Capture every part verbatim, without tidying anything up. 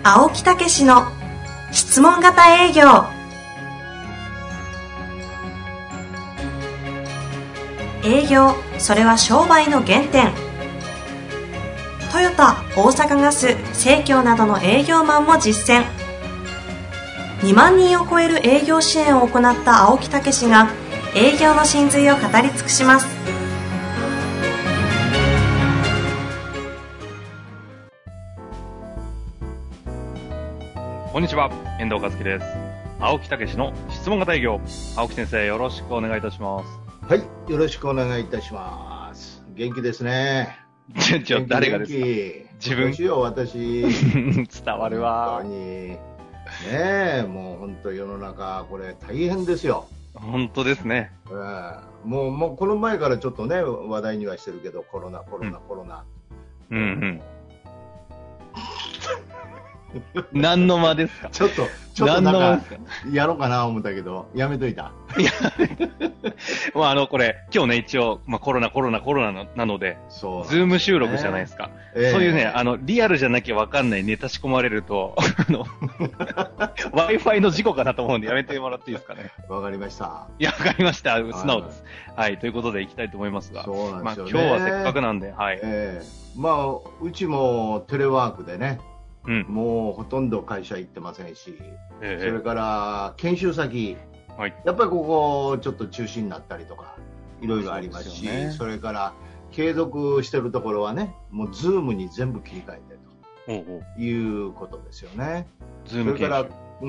青木武氏の質問型営業。営業、それは商売の原点。トヨタ、大阪ガス、生協などの営業マンも実践。にまんにんを超える営業支援を行った青木武氏が営業の真髄を語り尽くします。 こんにちは、遠藤和樹です。青木武の質問型営業。青木先生、よろしくお願いいたします。 はい、よろしくお願いいたします。元気ですね。 ちょ、ちょ、誰がですか？自分。 私よ、私。 伝わるわ。 本当に。ねえ、もう本当世の中、これ大変ですよ。 本当ですね。 えー、もう、もうこの前からちょっとね、話題にはしてるけど、コロナ、コロナ、うん、コロナ。 うんうん。何の間ですか？ ちょっと、ちょっとなんか、やろうかな思ったけど、やめといた。 いや、まああの、これ、今日ね、一応、まあコロナ、コロナ、コロナなので、そう、ズーム収録じゃないですか。えー、そういうね、あの、リアルじゃなきゃわかんないネタ仕込まれると、あの、Wi-Fi の事故かなと思うんでやめてもらっていいですかね。 わかりました。 いや、わかりました。素直です。はい、ということで行きたいと思いますが。 そうなんですよね。 まあ今日はせっかくなんで、はい。 えー、まあ、うちもテレワークでね、うん、もうほとんど会社行ってませんし、ええ、それから研修先、はい、やっぱりここちょっと中止になったりとかいろいろありますし、 そ, ね、それから継続してるところはね、もうズームに全部切り替えてということですよね。 ズーム研修。 それから、うん、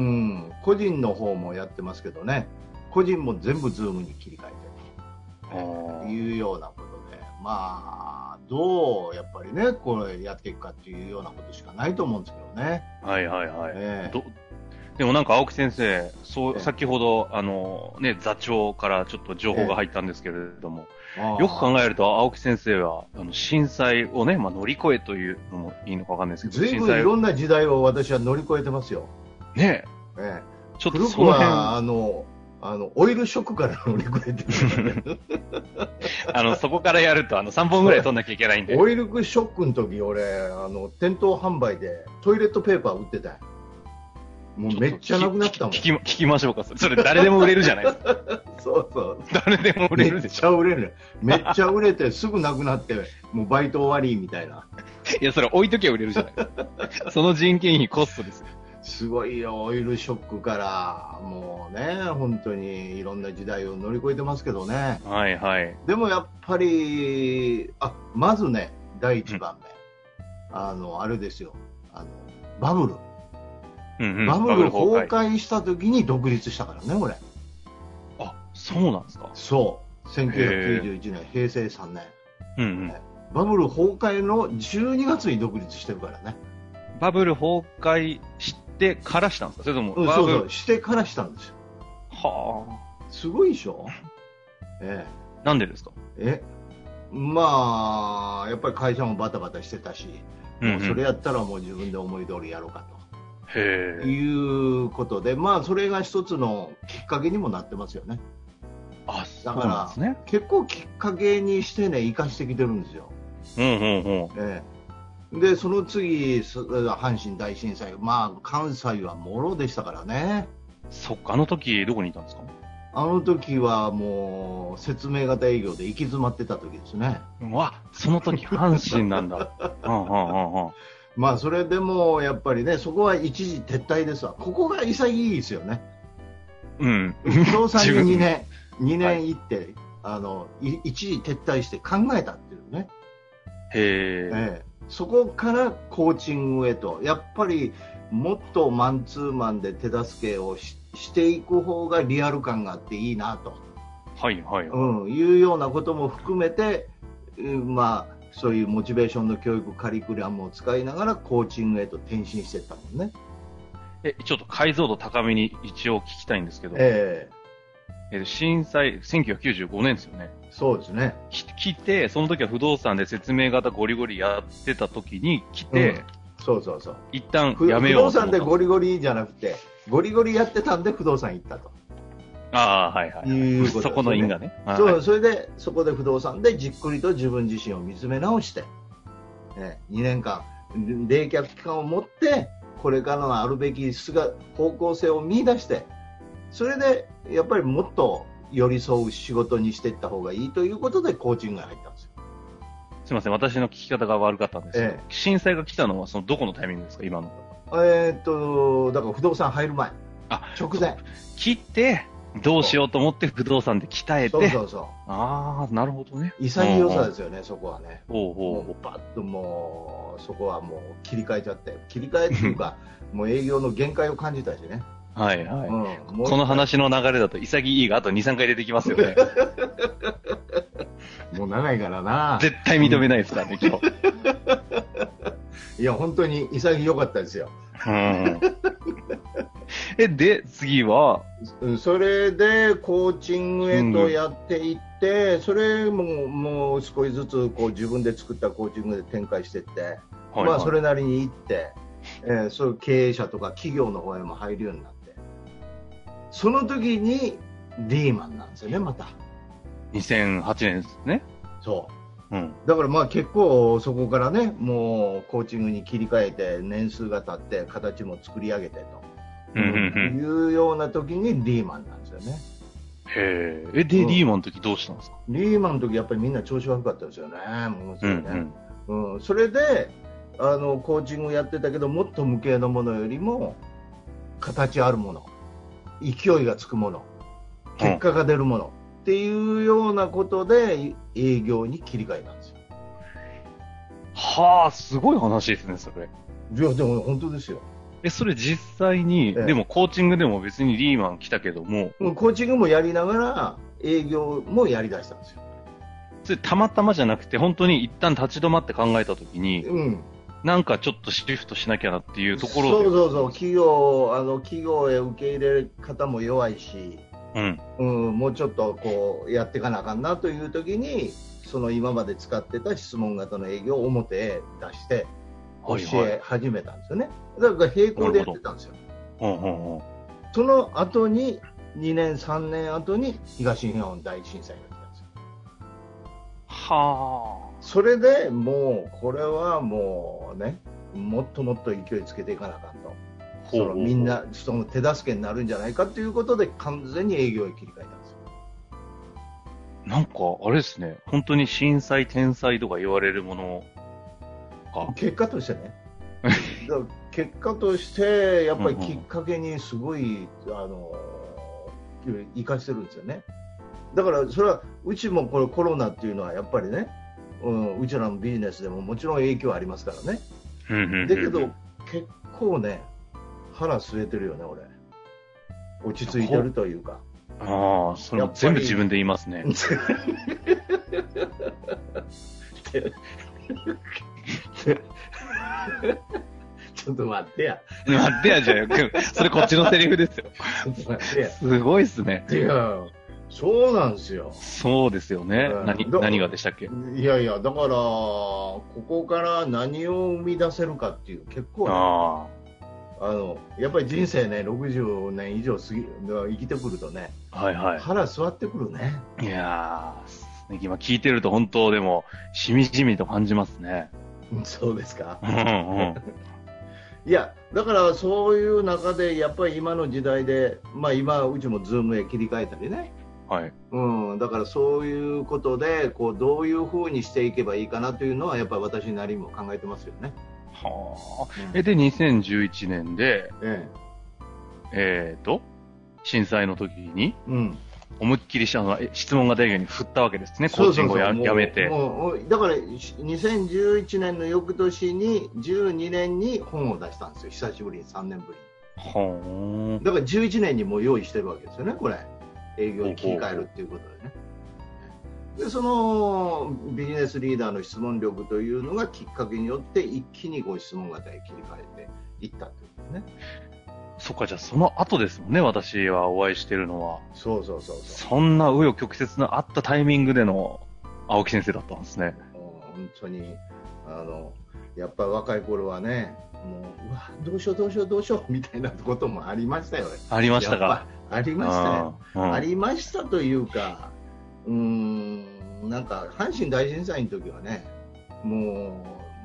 個人の方もやってますけどね、個人も全部ズームに切り替えてというようなことで、まあどうやっぱりね、これやっていくかっていうようなことしかないと思うんですけどね。 はいはいはい。えー、どでもなんか青木先生、そう、えー、先ほどあのね、座長からちょっと情報が入ったんですけれども、えー、よく考えると青木先生はあの震災をね、まあ、乗り越えというのもいいのかわかんないですけど、 随分いろんな時代を私は乗り越えてますよ。 ねえ。えー、ちょっとその辺はあの。あのオイルショックから乗り越えてるあのそこからやるとあのさんぼんぐらい取んなきゃいけないんで、 オイルショックの時俺あの店頭販売でトイレットペーパー売ってたよ。もうめっちゃなくなったもん。 聞き、聞きましょうか。それ誰でも売れるじゃないですか。 そうそう。 誰でも売れるでしょ。 めっちゃ売れる。めっちゃ売れてすぐなくなってもうバイト終わりみたいな。 いやそれ置いときゃ売れるじゃないですか。その人件費コストですよ。 すごいよ、オイルショックからもうね、本当にいろんな時代を乗り越えてますけどね。 はいはい。 でもやっぱりあまずね、第一番目、うん、あのあれですよ、あのバブル、うんうん、バブル崩壊した時に独立したからね、俺。 あ、そうなんですか。 そう、せんきゅうひゃくきゅうじゅういちねん、へいせいさんねん、うんうん、バブル崩壊のじゅうにがつに独立してるからね。 バブル崩壊してからしたんですか？それとも、 うん、そうそう、してからしたんですよ。 はあ。 すごいでしょ？ええ。なんでですか？ え、まあ、やっぱり会社もバタバタしてたし、うんうん、もうそれやったらもう自分で思い通りやろうかと。へえ。いうことで、まあ、それが一つのきっかけにもなってますよね。 あ、 だから、そうなんですね、結構きっかけにしてね、生かしてきてるんですよ。 うんうんうん。ええ。でその次、阪神大震災、まあ、関西はもろでしたからね。 そっか、あの時どこにいたんですか？ あの時はもう説明型営業で行き詰まってた時ですね。 うわ、その時阪神なんだ。うんうんうんうん。 まあそれでもやっぱりね、そこは一時撤退ですわ。ここが潔いですよね。 うん。 不動産ににねんにねん行って、はい、あの一時撤退して考えたっていうね。 へえ。 ええ、そこからコーチングへと、やっぱりもっとマンツーマンで手助けを し, していく方がリアル感があっていいなと、 はいはい、はい、 うん、いうようなことも含めて、まあ、そういうモチベーションの教育カリキュラムを使いながらコーチングへと転身していったもんね。 え、ちょっと解像度高めに一応聞きたいんですけど、 えー、え震災せんきゅうひゃくきゅうじゅうごねんですよね。 そうですね。 来て、その時は不動産で説明型ゴリゴリやってた時に来て、うん、 そうそうそう。 一旦やめようと思った。 不動産でゴリゴリじゃなくて、ゴリゴリやってたんで不動産行ったと。 ああ、はいはい、はい。 いうことですね。 そこの因がね。 そう、はい、それで、そこで不動産でじっくりと自分自身を見つめ直して、ね、にねんかん、冷却期間を持って、 これからのあるべき姿方向性を見出して、それでやっぱりもっと寄り添う仕事にしていった方がいいということでコーチングが入ったんですよ。 すみません、私の聞き方が悪かったんですけど、ええ、震災が来たのはそのどこのタイミングですか、今の。 えー、っとだから不動産入る前、あ、直前切ってどうしようと思って不動産で鍛えて、 そうそうそう、 ああ、なるほどね。 潔さですよね、そこはね。 おうおう、 もうバッともうそこはもう切り替えちゃって、切り替えっていうかもう営業の限界を感じたしね。 はいはい、うん、この話の流れだと潔いがあとに、さんかい出てきますよね。 もう長いからな。 絶対認めないですからね、今日。 いや、本当に潔かったですよ。 うん、え、で、次はそれでコーチングへとやっていって、うん、それももう少しずつこう自分で作ったコーチングで展開していって、はいはい、まあ、それなりにいって、えー、そういう経営者とか企業の方へも入るようになって、その時にリーマンなんですよね、また。 にせんはちねんですね。 そう。うん、だからまあ結構そこからね、もうコーチングに切り替えて年数が経って形も作り上げてと、いうような時にリーマンなんですよね。 へえ。で、うん、リーマンの時どうしたんですか？ リーマンの時やっぱりみんな調子悪かったですよね。ものすごいね。うんうん、それであのコーチングやってたけど、もっと無形のものよりも形あるもの、勢いがつくもの、結果が出るもの、うんっていうようなことで営業に切り替えたんですよ。 はあ、すごい話ですね、それ。 いや、でも本当ですよ。 え、それ実際に、ええ、でもコーチングでも別にリーマン来たけども。 コーチングもやりながら営業もやりだしたんですよ。 それたまたまじゃなくて、本当に一旦立ち止まって考えたときに、うん、なんかちょっとシフトしなきゃなっていうところで。 そうそうそう、企業、あの、企業へ受け入れる方も弱いし、うんうん、もうちょっとこうやっていかなあかんなという時に、その今まで使ってた質問型の営業を表へ出して教え始めたんですよね。だから並行でやってたんですよ。うんうんうん、その後ににねんさんねん後に東日本大震災が来たんですよ。 はあ。 それでもうこれはもうね、もっともっと勢いつけていかなあかんと。そのみんなその手助けになるんじゃないかということで完全に営業へ切り替えたんですよ。 なんかあれですね、本当に震災天災とか言われるものか。結果としてね。だ結果としてやっぱりきっかけにすごい、うんうん、あの生かしてるんですよね。だからそれはうちもこれコロナっていうのはやっぱりね、うん、うちらのビジネスでももちろん影響ありますからね。うんうんうんうん、だけど結構ね。腹据えてるよね、俺。落ち着いてるというか。 ああ、それも全部自分で言いますね。 ちょっと待ってや。 待ってやじゃん。それこっちのセリフですよ。ちょっと待ってや。すごいっすね。 いや、そうなんですよ。 そうですよね。うん、何、何がでしたっけ？ いやいや、だから、ここから何を生み出せるかっていう、結構、ね、ああのやっぱり人生ね、ろくじゅうねん以上過ぎ生きてくるとね、はいはい、腹座ってくるね。 いやー、今聞いてると本当でもしみじみと感じますね。 そうですか。うんうん、いや、だからそういう中でやっぱり今の時代で、まあ、今うちもズームへ切り替えたりね、はい、うん、だからそういうことでこうどういうふうにしていけばいいかなというのはやっぱり私なりにも考えてますよね。 はあ、うん、えでにせんじゅういちねんで、えええー、と震災の時に、うん、思いっきりしたのは質問型営業に振ったわけですね。コーチングを や, やめてもうだからにせんじゅういちねんの翌年にじゅうにねんに本を出したんですよ。久しぶりにさんねんぶりに。はあ、だからじゅういちねんにもう用意してるわけですよね、これ営業に切り替えるっていうことでね。でそのビジネスリーダーの質問力というのがきっかけによって一気にご質問型へ切り替えていったというね。 そっか、じゃあその後ですもんね、私はお会いしてるのは。 そうそうそうそう。 そんな紆余曲折のあったタイミングでの青木先生だったんですね。 本当にあのやっぱり若い頃はね、もう、うわどうしようどうしようどうしようみたいなこともありましたよね。 ありましたか。 ありましたよ、うん、ありましたというか、うーんなんか阪神大震災の時はね、もう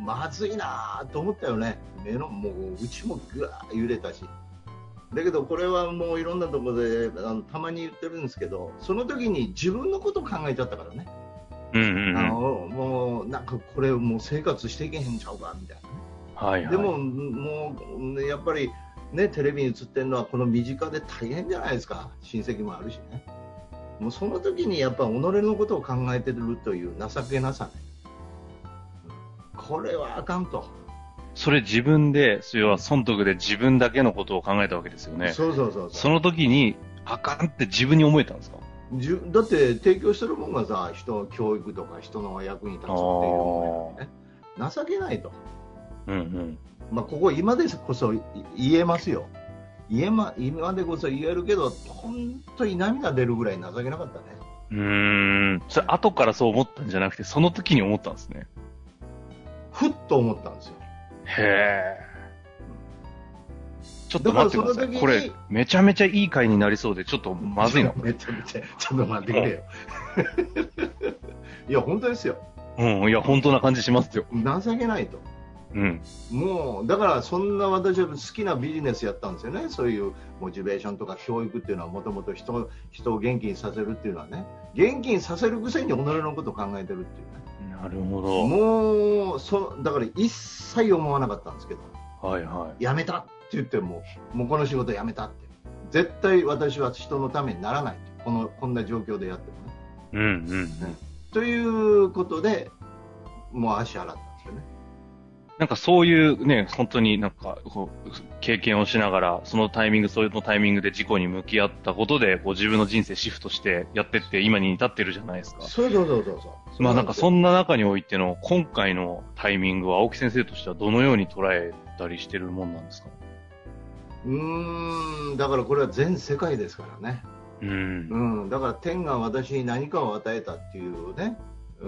まずいなと思ったよね。目のもううちもぐわー揺れたし。だけどこれはもういろんなところであのたまに言ってるんですけど、その時に自分のことを考えちゃったからね。 うんうんうん、 あのもうなんかこれもう生活していけへんちゃうかみたいなね。 はいはい、 でももうやっぱりねテレビに映ってるのはこの身近で大変じゃないですか。親戚もあるしね。もうその時にやっぱ己のことを考えてるという情けなさね。これはあかんと。 それ自分で、それは損得で自分だけのことを考えたわけですよね。 そうそうそうそう。 その時にあかんって自分に思えたんですか？ じゅだって提供してるもんがさ、人教育とか人の役に立つっていうものやね。情けないと。 うんうん。 まあここ今でこそ言えますよ。言えま今でこそ言えるけど、本当に涙出るぐらい情けなかったね。 うーん。それ後からそう思ったんじゃなくて、その時に思ったんですね。 ふっと思ったんですよ。 へー。ちょっと待ってください。これ、めちゃめちゃいい回になりそうで、ちょっとまずいな。 めちゃめちゃ、ちょっと待ってくれよ。いや、本当ですよ。 うん、いや、本当な感じしますよ。 情けないと。 うん。 もう、だからそんな私は好きなビジネスやったんですよね。そういうモチベーションとか教育っていうのはもともと人、人を元気にさせるっていうのはね、元気にさせるくせに己のことを考えてるっていうね。 なるほど。 もう、そだから一切思わなかったんですけど。 はいはい。 やめたって言っても、もうこの仕事やめたって。絶対私は人のためにならないと。この、こんな状況でやってもね。 うんうん、うん。 ということで、もう足洗ったんですよね。 なんかそういうね、本当になんかこう経験をしながら、そのタイミング、そういうタイミングで自己に向き合ったことで、こう自分の人生シフトしてやってって今に至ってるじゃないですか。 そうそうそうそうそう。 まあなんかそんな中においての今回のタイミングは青木先生としてはどのように捉えたりしてるもんなんですか？ うーん、だからこれは全世界ですからね。 うん。 うん、だから天が私に何かを与えたっていうね。うん、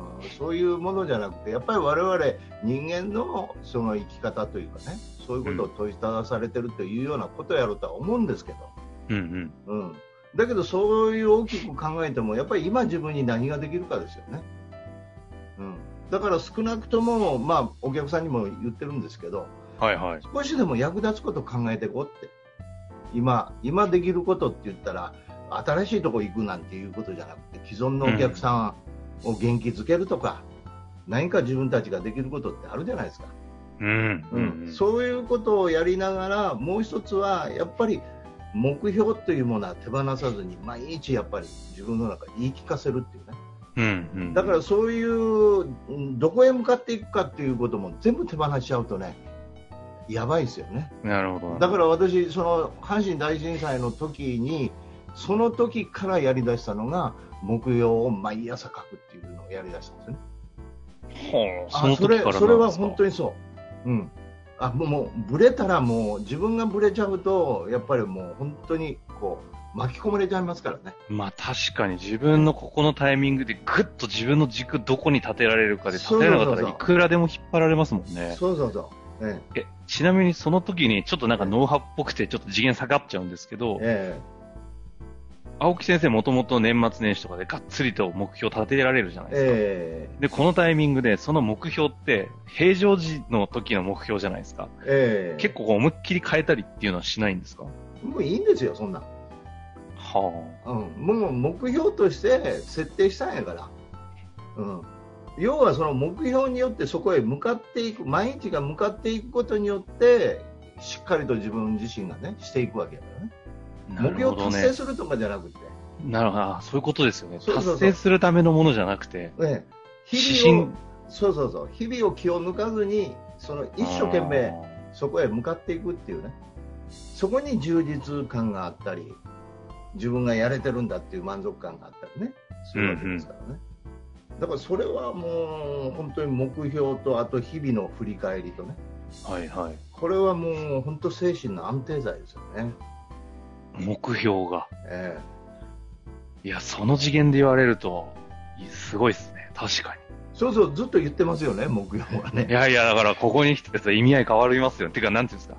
そういうものじゃなくて、やっぱり我々人間のその生き方というかね、そういうことを問いただされてるというようなことやろうとは思うんですけど、 うんうんうん、だけどそういう大きく考えてもやっぱり今自分に何ができるかですよね、うん、だから少なくとも、まあ、お客さんにも言ってるんですけど、 はいはい、 少しでも役立つことを考えていこうって。今今できることって言ったら新しいとこ行くなんていうことじゃなくて、既存のお客さん、うんを元気づけるとか、何か自分たちができることってあるじゃないですか、 うんうんうん、そういうことをやりながら、もう一つはやっぱり目標というものは手放さずに毎日やっぱり自分の中で言い聞かせるっていうね、 うんうん、 だからそういうどこへ向かっていくかっていうことも全部手放しちゃうとね、やばいですよね。 なるほど。 だから私、その阪神大震災の時にその時からやりだしたのが目標を毎朝書くっていうのをやりだしたんですね。 はあ、その時からなんですか？ それ、それは本当にそう。うん。あ、もう、もうブレたらもう自分がブレちゃうとやっぱりもう本当にこう巻き込まれちゃいますからね。 まあ確かに自分のここのタイミングでぐっと自分の軸どこに立てられるかで立てられなかったらいくらでも引っ張られますもんね。 そうそうそう。ええ、ちなみにその時にちょっとなんかノウハウっぽくてちょっと次元下がっちゃうんですけど、ええ青木先生もともと年末年始とかでがっつりと目標立てられるじゃないですか、えー、でこのタイミングでその目標って平常時の時の目標じゃないですか、えー、結構思いっきり変えたりっていうのはしないんですか？ もういいんですよ、そんなはあ、うん、もう目標として設定したんやから、うん、要はその目標によってそこへ向かっていく、毎日が向かっていくことによってしっかりと自分自身がねしていくわけやからね。目標を達成するとかじゃなくて、 なるほど、そういうことですよね。そうそうそう、達成するためのものじゃなくて、 ね、日々をそうそうそう日々を気を抜かずにその一生懸命そこへ向かっていくっていうね、そこに充実感があったり、自分がやれてるんだっていう満足感があったりね、するわけですからね、うんうん、だからそれはもう本当に目標と、あと日々の振り返りとね、 はいはい、 これはもう本当精神の安定剤ですよね。 目標が、 ええ、いやその次元で言われるとすごいですね。確かにそうそう、ずっと言ってますよね、目標はね。 いやいや、だからここに来て意味合い変わりますよ。てかなんていうんですか、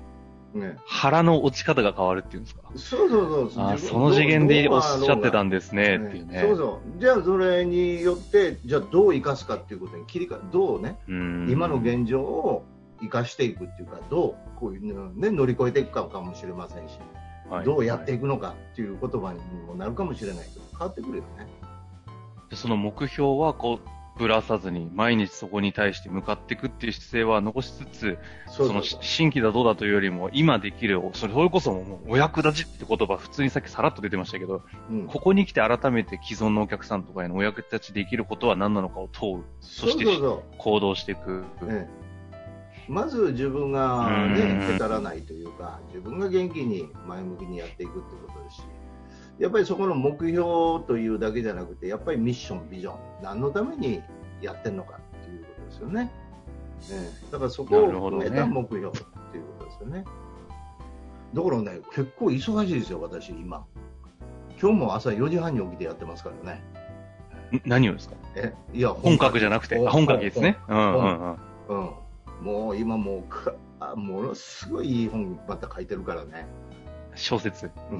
ね、腹の落ち方が変わるっていうんですか。 そうそうそう。 あ、その次元でおっしゃってたんですね、っていうね。 そうそう。じゃあそれによって、じゃあどう生かすかっていうことに切り替え、どうね、今の現状を生かしていくっていうか、どうこういうのね、乗り越えていくかかもしれませんし、はい、どうやっていくのかっていう言葉にもなるかもしれないけど、変わってくるよね。 その目標はこう、ぶらさずに毎日そこに対して向かっていくっていう姿勢は残しつつ、そうそうそう、その新規だどうだというよりも今できる、それそれこそもうお役立ちって言葉普通にさっきさらっと出てましたけど、うん、ここに来て改めて既存のお客さんとかへのお役立ちできることは何なのかを問う。そしてそうそうそう行動していく。 ええ、まず自分がね、へたらないというか、自分が元気に前向きにやっていくってことですし、やっぱりそこの目標というだけじゃなくて、やっぱりミッション、ビジョン、何のためにやってるのかっていうことですよね。ええ、だからそこを含めた目標っていうことですよね。だからね、結構忙しいですよ、私、今。今日も朝よじはんに起きてやってますからね。 何をですか？ え、いや、 本格じゃなくて、本格ですね。うんうんうん。 うん。もう今もうか、ものすごいいい本また書いてるからね。 小説。 うん、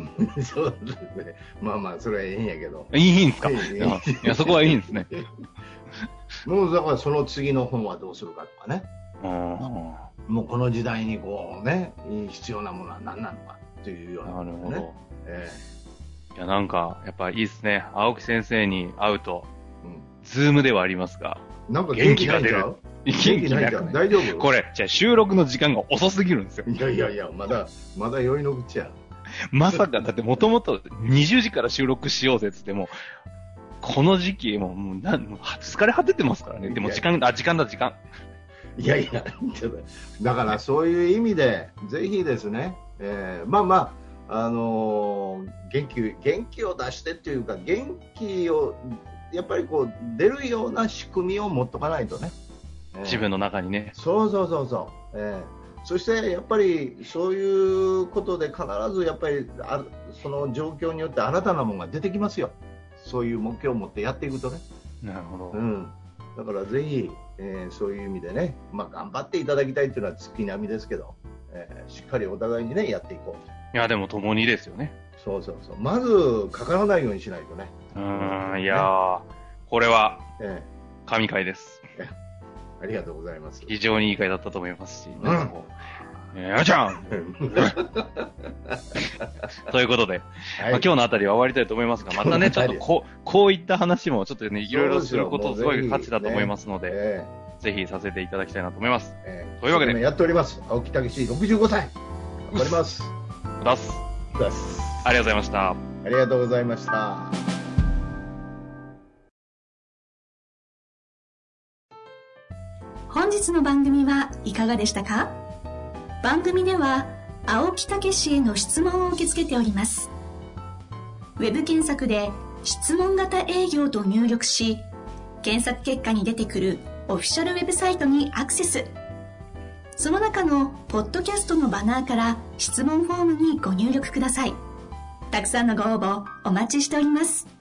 そうですね。まあまあ、それはええんやけど。 いいんですか？いや、そこはいいんですね。 もうだからその次の本はどうするかとかね。もうこの時代にこうね、必要なものは何なのかっていうような、ね。なるほど。えー、いや、なんか、やっぱいいですね。青木先生に会うと、うん、ズームではありますが、 なんか元気が出る。 元気ないか、ね、大丈夫？これ、じゃあ収録の時間が遅すぎるんですよ。 いやいやいや、まだ、まだ酔いの口や。 まさか、だってもともとにじゅうじから収録しようぜってっても、この時期、もう、もうなんもう疲れ果ててますからね。でも時間、あ、時間だ、時間。 いやいや、だからそういう意味で、ぜひですね、えー、まあまあ、あのー、元気、元気を出してっていうか、元気を、やっぱりこう、出るような仕組みを持っとかないとね。 えー、自分の中にね。 そうそうそうそう。えーそしてやっぱりそういうことで必ずやっぱりあその状況によって新たなものが出てきますよ。そういう目標を持ってやっていくとね。 なるほど。 うん。だからぜひ、えー、そういう意味でね、まあ、頑張っていただきたいというのは月並みですけど、えー、しっかりお互いにねやっていこう。いやでも共にですよね。 そうそうそう。まずかからないようにしないとね。 うーん、いやー、ね、これは神回です。 えーありがとうございます。 非常にいい回だったと思いますし、 うん、 えー、あちゃんということで、はい、まあ、今日のあたりは終わりたいと思いますが、またね、ちょっとこう、こういった話もちょっとね、いろいろすることすごい価値だと思いますので、ねえー、ぜひさせていただきたいなと思います。えー、というわけで。 やっております。青木武史ろくじゅうごさい。頑張ります。 出す。 出す。 ありがとうございました。 ありがとうございました。 本日の番組はいかがでしたか？番組では青木武史への質問を受け付けております。ウェブ検索で質問型営業と入力し、検索結果に出てくるオフィシャルウェブサイトにアクセス。その中のポッドキャストのバナーから質問フォームにご入力ください。たくさんのご応募お待ちしております。